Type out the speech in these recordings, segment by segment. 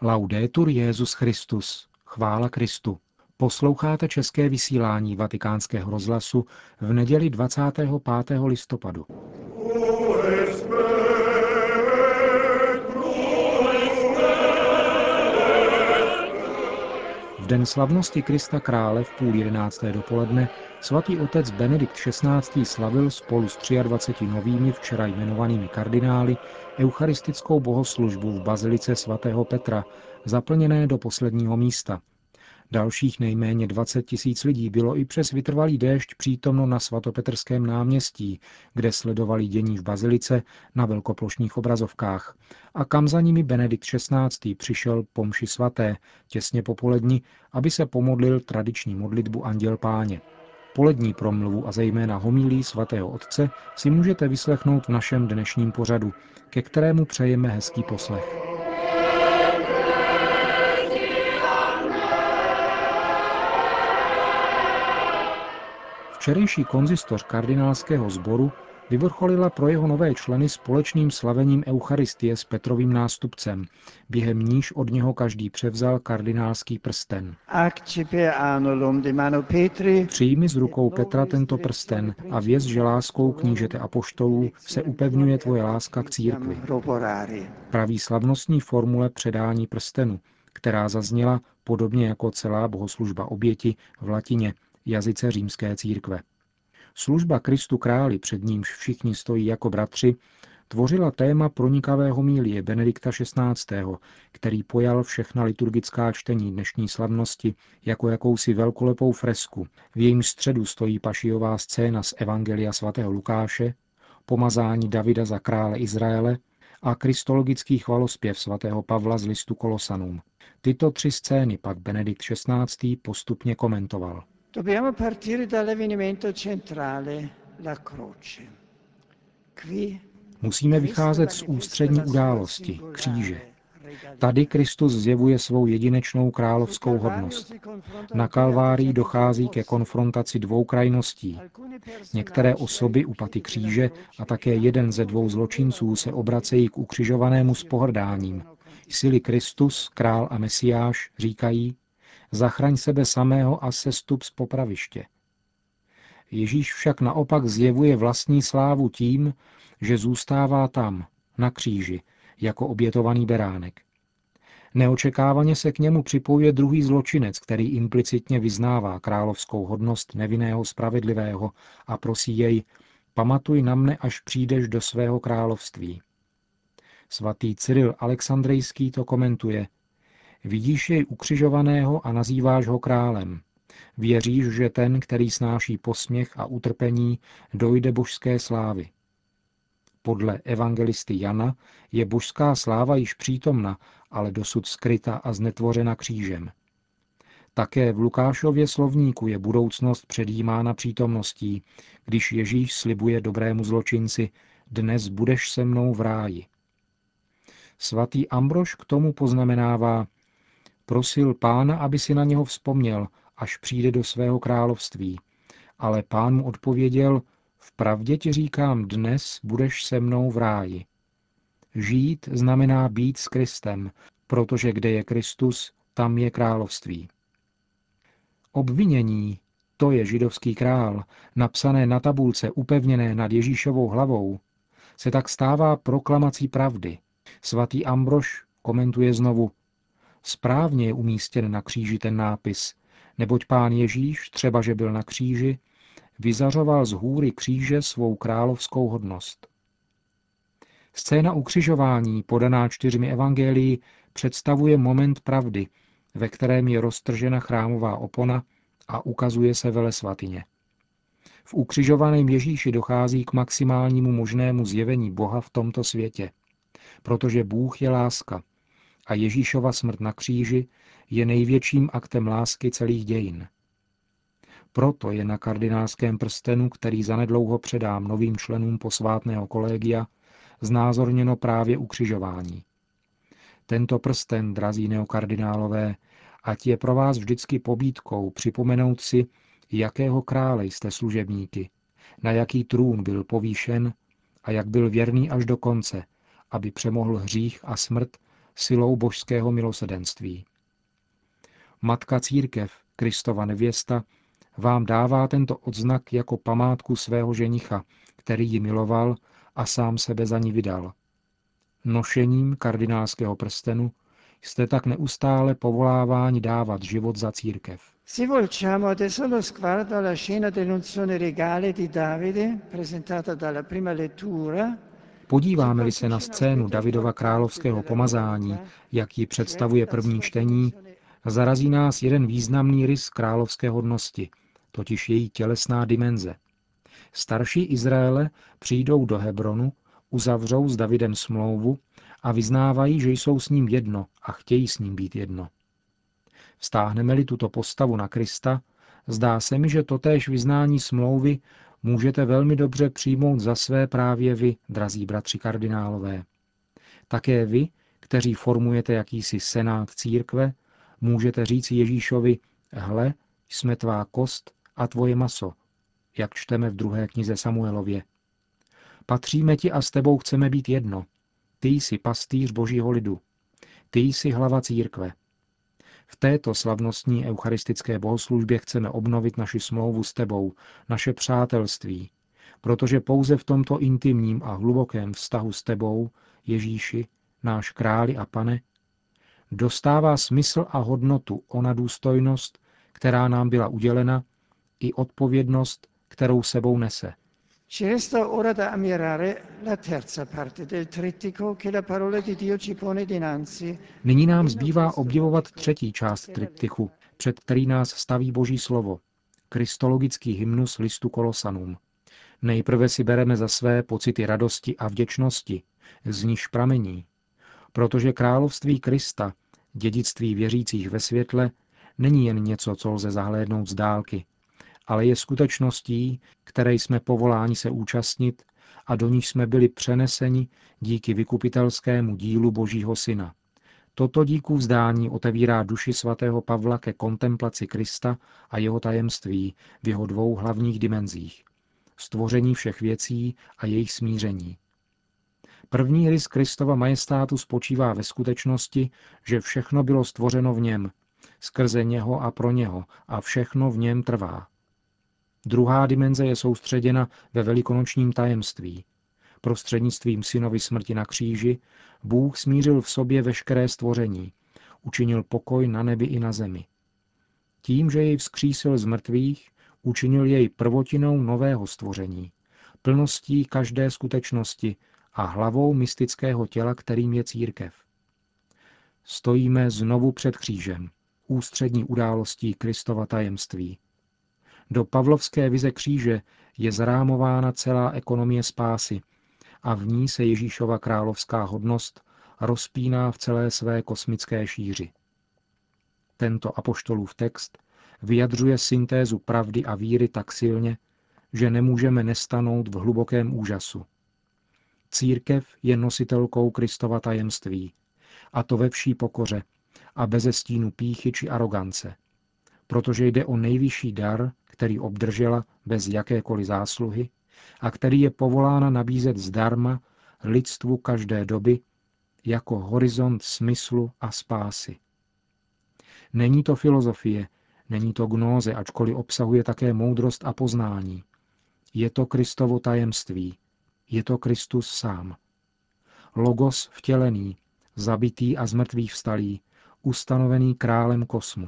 Laudetur Jesus Christus. Chvála Kristu. Posloucháte české vysílání Vatikánského rozhlasu v neděli 25. listopadu. V den slavnosti Krista Krále v 10:30 dopoledne svatý otec Benedikt XVI. Slavil spolu s 23 novými včera jmenovanými kardinály eucharistickou bohoslužbu v bazilice svatého Petra, zaplněné do posledního místa. Dalších nejméně 20 000 lidí bylo i přes vytrvalý déšť přítomno na svatopetrském náměstí, kde sledovali dění v bazilice na velkoplošných obrazovkách a kam za nimi Benedikt XVI. Přišel po mši svaté, těsně po poledni, aby se pomodlil tradiční modlitbu Anděl Páně. Polední promluvu a zejména homilii svatého otce si můžete vyslechnout v našem dnešním pořadu, ke kterému přejeme hezký poslech. Včerejší konzistoř kardinálského sboru vyvrcholila pro jeho nové členy společným slavením Eucharistie s Petrovým nástupcem, během níž od něho každý převzal kardinálský prsten. Přijmi z rukou Petra tento prsten a věz, že láskou knížete apoštolů se upevňuje tvoje láska k církvi. Praví slavnostní formule předání prstenu, která zazněla, podobně jako celá bohoslužba oběti, v latině, jazyce římské církve. Služba Kristu Králi, před nímž všichni stojí jako bratři, tvořila téma pronikavé homilie Benedikta XVI., který pojal všechna liturgická čtení dnešní slavnosti jako jakousi velkolepou fresku. V jejím středu stojí pašijová scéna z Evangelia svatého Lukáše, pomazání Davida za krále Izraele a kristologický chvalospěv svatého Pavla z listu Kolosanům. Tyto tři scény pak Benedikt XVI. Postupně komentoval. Dobbiamo partire dall'avvenimento centrale, la croce. Musíme vycházet z ústřední události, kříže. Tady Kristus zjevuje svou jedinečnou královskou hodnost. Na Kalvárii dochází ke konfrontaci dvou krajností. Některé osoby u paty kříže a také jeden ze dvou zločinců se obracejí k ukřižovanému s pohrdáním. Jsi-li Kristus, král a mesiáš, říkají, zachraň sebe samého a sestup z popraviště. Ježíš však naopak zjevuje vlastní slávu tím, že zůstává tam, na kříži, jako obětovaný beránek. Neočekávaně se k němu připojuje druhý zločinec, který implicitně vyznává královskou hodnost nevinného spravedlivého a prosí jej, pamatuj na mne, až přijdeš do svého království. Svatý Cyril Alexandrijský to komentuje. Vidíš jej ukřižovaného a nazýváš ho králem. Věříš, že ten, který snáší posměch a utrpení, dojde božské slávy. Podle evangelisty Jana je božská sláva již přítomna, ale dosud skryta a znetvořena křížem. Také v Lukášově slovníku je budoucnost předjímána přítomností, když Ježíš slibuje dobrému zločinci, dnes budeš se mnou v ráji. Svatý Ambrož k tomu poznamenává, prosil Pána, aby si na něho vzpomněl, až přijde do svého království. Ale Pán mu odpověděl, vpravdě ti říkám, dnes budeš se mnou v ráji. Žít znamená být s Kristem, protože kde je Kristus, tam je království. Obvinění, to je židovský král, napsané na tabulce upevněné nad Ježíšovou hlavou, se tak stává proklamací pravdy. Svatý Ambrož komentuje znovu, správně je umístěn na kříži ten nápis, neboť Pán Ježíš, třeba že byl na kříži, vyzařoval z hůry kříže svou královskou hodnost. Scéna ukřižování, podaná 4 evangelii, představuje moment pravdy, ve kterém je roztržena chrámová opona a ukazuje se velesvatyně. V ukřižovaném Ježíši dochází k maximálnímu možnému zjevení Boha v tomto světě, protože Bůh je láska a Ježíšova smrt na kříži je největším aktem lásky celých dějin. Proto je na kardinálském prstenu, který zanedlouho předám novým členům posvátného kolegia, znázorněno právě ukřižování. Tento prsten, drazí neokardinálové, ať je pro vás vždycky pobídkou připomenout si, jakého krále jste služebníky, na jaký trůn byl povýšen a jak byl věrný až do konce, aby přemohl hřích a smrt silou božského milosedenství. Matka Církev, Kristova nevěsta, vám dává tento odznak jako památku svého ženicha, který ji miloval a sám sebe za ní vydal. Nošením kardinálského prstenu jste tak neustále povoláváni dávat život za církev. Se volgiamo adesso lo sguardo alla scena dell'unzione regale di Davide, presentata dalla prima lettura. Podíváme-li se na scénu Davidova královského pomazání, jak ji představuje první čtení, zarazí nás jeden významný rys královské hodnosti, totiž její tělesná dimenze. Starší Izraele přijdou do Hebronu, uzavřou s Davidem smlouvu a vyznávají, že jsou s ním jedno a chtějí s ním být jedno. Vztáhneme-li tuto postavu na Krista, zdá se mi, že totéž vyznání smlouvy můžete velmi dobře přijmout za své právě vy, drazí bratři kardinálové. Také vy, kteří formujete jakýsi senát církve, můžete říct Ježíšovi: hle, jsme tvá kost a tvoje maso, jak čteme v 2. knize Samuelově. Patříme ti a s tebou chceme být jedno. Ty jsi pastýř božího lidu. Ty jsi hlava církve. V této slavnostní eucharistické bohoslužbě chceme obnovit naši smlouvu s tebou, naše přátelství, protože pouze v tomto intimním a hlubokém vztahu s tebou, Ježíši, náš králi a pane, dostává smysl a hodnotu ona důstojnost, která nám byla udělena, i odpovědnost, kterou sebou nese. Ci resta ora da ammirare la terza parte del trittico che la parola di Dio ci pone dinanzi. Nyní nám zbývá obdivovat třetí část triptychu, před který nás staví Boží slovo, kristologický hymnus listu Kolosanům. Nejprve si bereme za své pocity radosti a vděčnosti, z níž pramení, protože království Krista, dědictví věřících ve světle, není jen něco, co lze zahlédnout z dálky, ale je skutečností, které jsme povoláni se účastnit a do níž jsme byli přeneseni díky vykupitelskému dílu Božího Syna. Toto díku vzdání otevírá duši svatého Pavla ke kontemplaci Krista a jeho tajemství v jeho dvou hlavních dimenzích. Stvoření všech věcí a jejich smíření. První rys Kristova majestátu spočívá ve skutečnosti, že všechno bylo stvořeno v něm, skrze něho a pro něho, a všechno v něm trvá. Druhá dimenze je soustředěna ve velikonočním tajemství. Prostřednictvím synovy smrti na kříži Bůh smířil v sobě veškeré stvoření, učinil pokoj na nebi i na zemi. Tím, že jej vzkřísil z mrtvých, učinil jej prvotinou nového stvoření, plností každé skutečnosti a hlavou mystického těla, kterým je církev. Stojíme znovu před křížem, ústřední událostí Kristova tajemství. Do pavlovské vize kříže je zarámována celá ekonomie spásy a v ní se Ježíšova královská hodnost rozpíná v celé své kosmické šíři. Tento apoštolův text vyjadřuje syntézu pravdy a víry tak silně, že nemůžeme nestanout v hlubokém úžasu. Církev je nositelkou Kristova tajemství, a to ve vší pokoře a beze stínu pýchy či arogance, protože jde o nejvyšší dar, který obdržela bez jakékoliv zásluhy a který je povolána nabízet zdarma lidstvu každé doby jako horizont smyslu a spásy. Není to filozofie, není to gnóze, ačkoliv obsahuje také moudrost a poznání. Je to Kristovo tajemství, je to Kristus sám. Logos vtělený, zabitý a z mrtvých vstalý, ustanovený králem kosmu.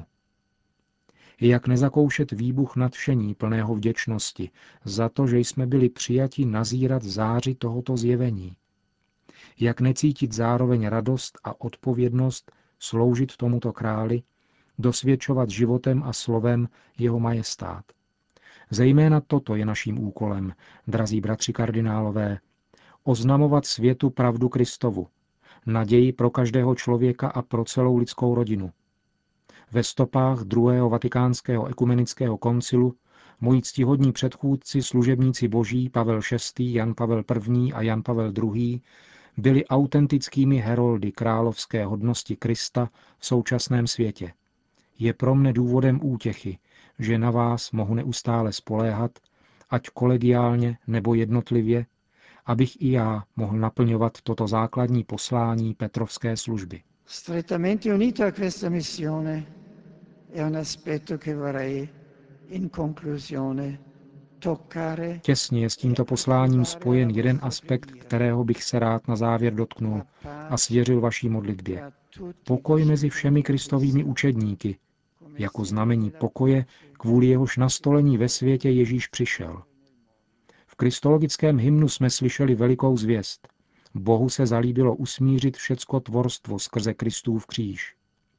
Jak nezakoušet výbuch nadšení plného vděčnosti za to, že jsme byli přijati nazírat záři tohoto zjevení. Jak necítit zároveň radost a odpovědnost sloužit tomuto králi, dosvědčovat životem a slovem jeho majestát. Zejména toto je naším úkolem, drazí bratři kardinálové, oznamovat světu pravdu Kristovu, naději pro každého člověka a pro celou lidskou rodinu. Ve stopách druhého vatikánského ekumenického koncilu moji ctihodní předchůdci, služebníci boží Pavel VI., Jan Pavel I. a Jan Pavel II. Byli autentickými heroldy královské hodnosti Krista v současném světě. Je pro mne důvodem útěchy, že na vás mohu neustále spoléhat, ať kolegiálně nebo jednotlivě, abych i já mohl naplňovat toto základní poslání Petrovské služby. Strettamente unito a questa missione è un aspetto che vorrei in conclusione toccare Těsně je s e tímto posláním affidare alla spojen jeden vostra aspekt, preghiera. kterého bych se rád na závěr dotknul La a pace svěřil vaší modlitbě. tra tutti i Pokoj mezi všemi discepoli di Kristovými Cristo, učedníky, come jako segno znamení della pokoje, pace kvůli jehož che nastolení Cristo ve světě Ježíš přišel. nel mondo. V kristologickém hymnu jsme slyšeli velikou zvěst. Bohu se zalíbilo usmířit všecko tvorstvo skrze Kristův kříž.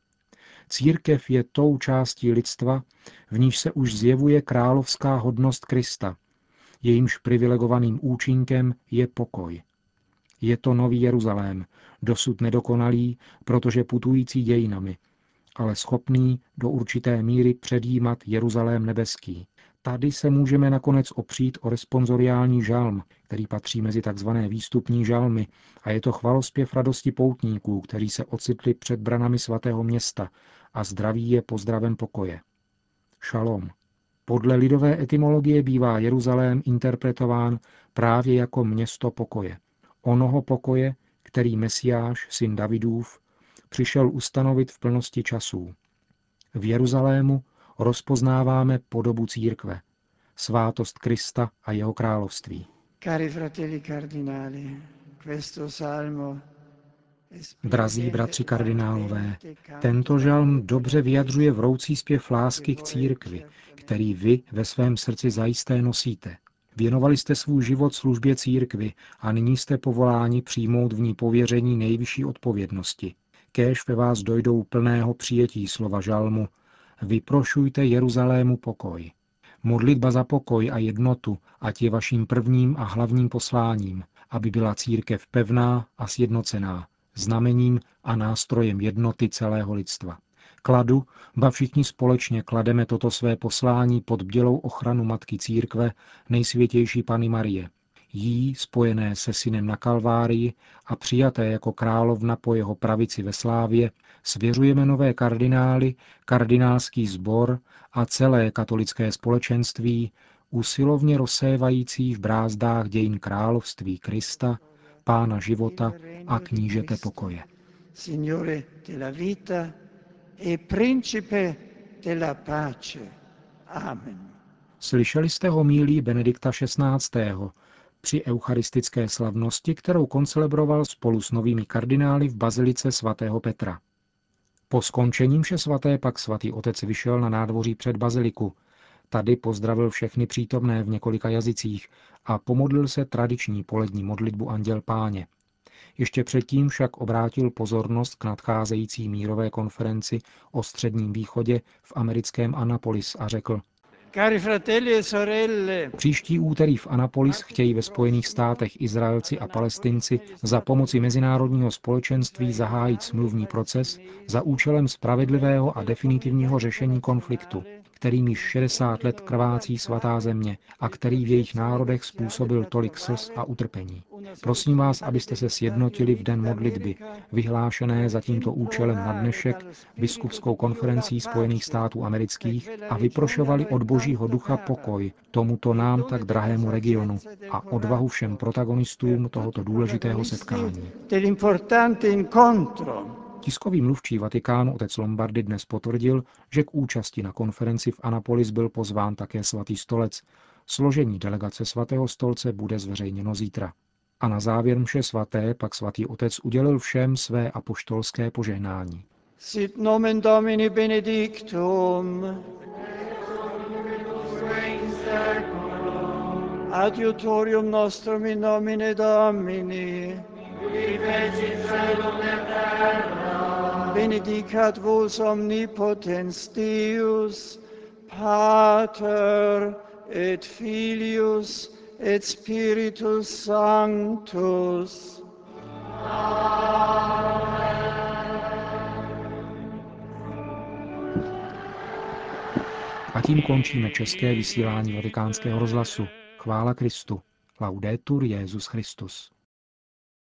Církev je tou částí lidstva, v níž se už zjevuje královská hodnost Krista. Jejímž privilegovaným účinkem je pokoj. Je to Nový Jeruzalém, dosud nedokonalý, protože putující dějinami, ale schopný do určité míry předjímat Jeruzalém nebeský. Tady se můžeme nakonec opřít o responsoriální žalm, který patří mezi tzv. Výstupní žalmy, a je to chvalospěv radosti poutníků, kteří se ocitli před branami svatého města a zdraví je pozdravem pokoje. Šalom. Podle lidové etymologie bývá Jeruzalém interpretován právě jako město pokoje. Onoho pokoje, který Mesiáš, syn Davidův, přišel ustanovit v plnosti časů. V Jeruzalému rozpoznáváme podobu církve, svátost Krista a jeho království. Cari fratelli cardinali, questo salmo Drazí bratři kardinálové, tento žalm dobře vyjadřuje vroucí zpěv lásky k církvi, který vy ve svém srdci zajisté nosíte. Věnovali jste svůj život službě církvi a nyní jste povoláni přijmout v ní pověření nejvyšší odpovědnosti. Kéž ve vás dojdou plného přijetí slova žalmu: vyprošujte Jeruzalému pokoj. Modlitba za pokoj a jednotu ať je vaším prvním a hlavním posláním, aby byla církev pevná a sjednocená, znamením a nástrojem jednoty celého lidstva. Kladu, ba všichni společně klademe toto své poslání pod bdělou ochranu Matky Církve, nejsvětější Panny Marie. Jí, spojené se synem na Kalvárii a přijaté jako královna po jeho pravici ve slávě, svěřujeme nové kardinály, kardinálský sbor a celé katolické společenství, usilovně rozsévající v brázdách dějin království Krista, Pána života a knížete pokoje. Signore della vita e principe della pace. Amen. Slyšeli jste homílii Benedikta XVI. Při eucharistické slavnosti, kterou koncelebroval spolu s novými kardinály v bazilice svatého Petra. Po skončení mše svaté pak svatý otec vyšel na nádvoří před baziliku. Tady pozdravil všechny přítomné v několika jazycích a pomodlil se tradiční polední modlitbu Anděl Páně. Ještě předtím však obrátil pozornost k nadcházející mírové konferenci o Středním východě v americkém Annapolis a řekl: Cari fratelli e sorelle, Příští úterý v Annapolis chtějí ve Spojených státech Izraelci a Palestinci za pomoci mezinárodního společenství zahájit smluvní proces za účelem spravedlivého a definitivního řešení konfliktu, kterým již 60 let krvácí svatá země a který v jejich národech způsobil tolik slz a utrpení. Prosím vás, abyste se sjednotili v den modlitby, vyhlášené za tímto účelem na dnešek biskupskou konferencí Spojených států amerických, a vyprošovali od Božího ducha pokoj tomuto nám tak drahému regionu a odvahu všem protagonistům tohoto důležitého setkání. Tiskový mluvčí Vatikánu otec Lombardi dnes potvrdil, že k účasti na konferenci v Annapolis byl pozván také svatý stolec. Složení delegace svatého stolce bude zveřejněno zítra. A na závěr mše svaté pak svatý otec udělil všem své apoštolské požehnání. Sit nomen Domini benedictum. Adiutorium nostrum in nomine Domini. Benedicat vos omnipotens Deus, Pater et Filius et Spiritus Sanctus. A tím končíme české vysílání Vatikánského rozhlasu. Chvála Kristu. Laudetur Jesus Christus.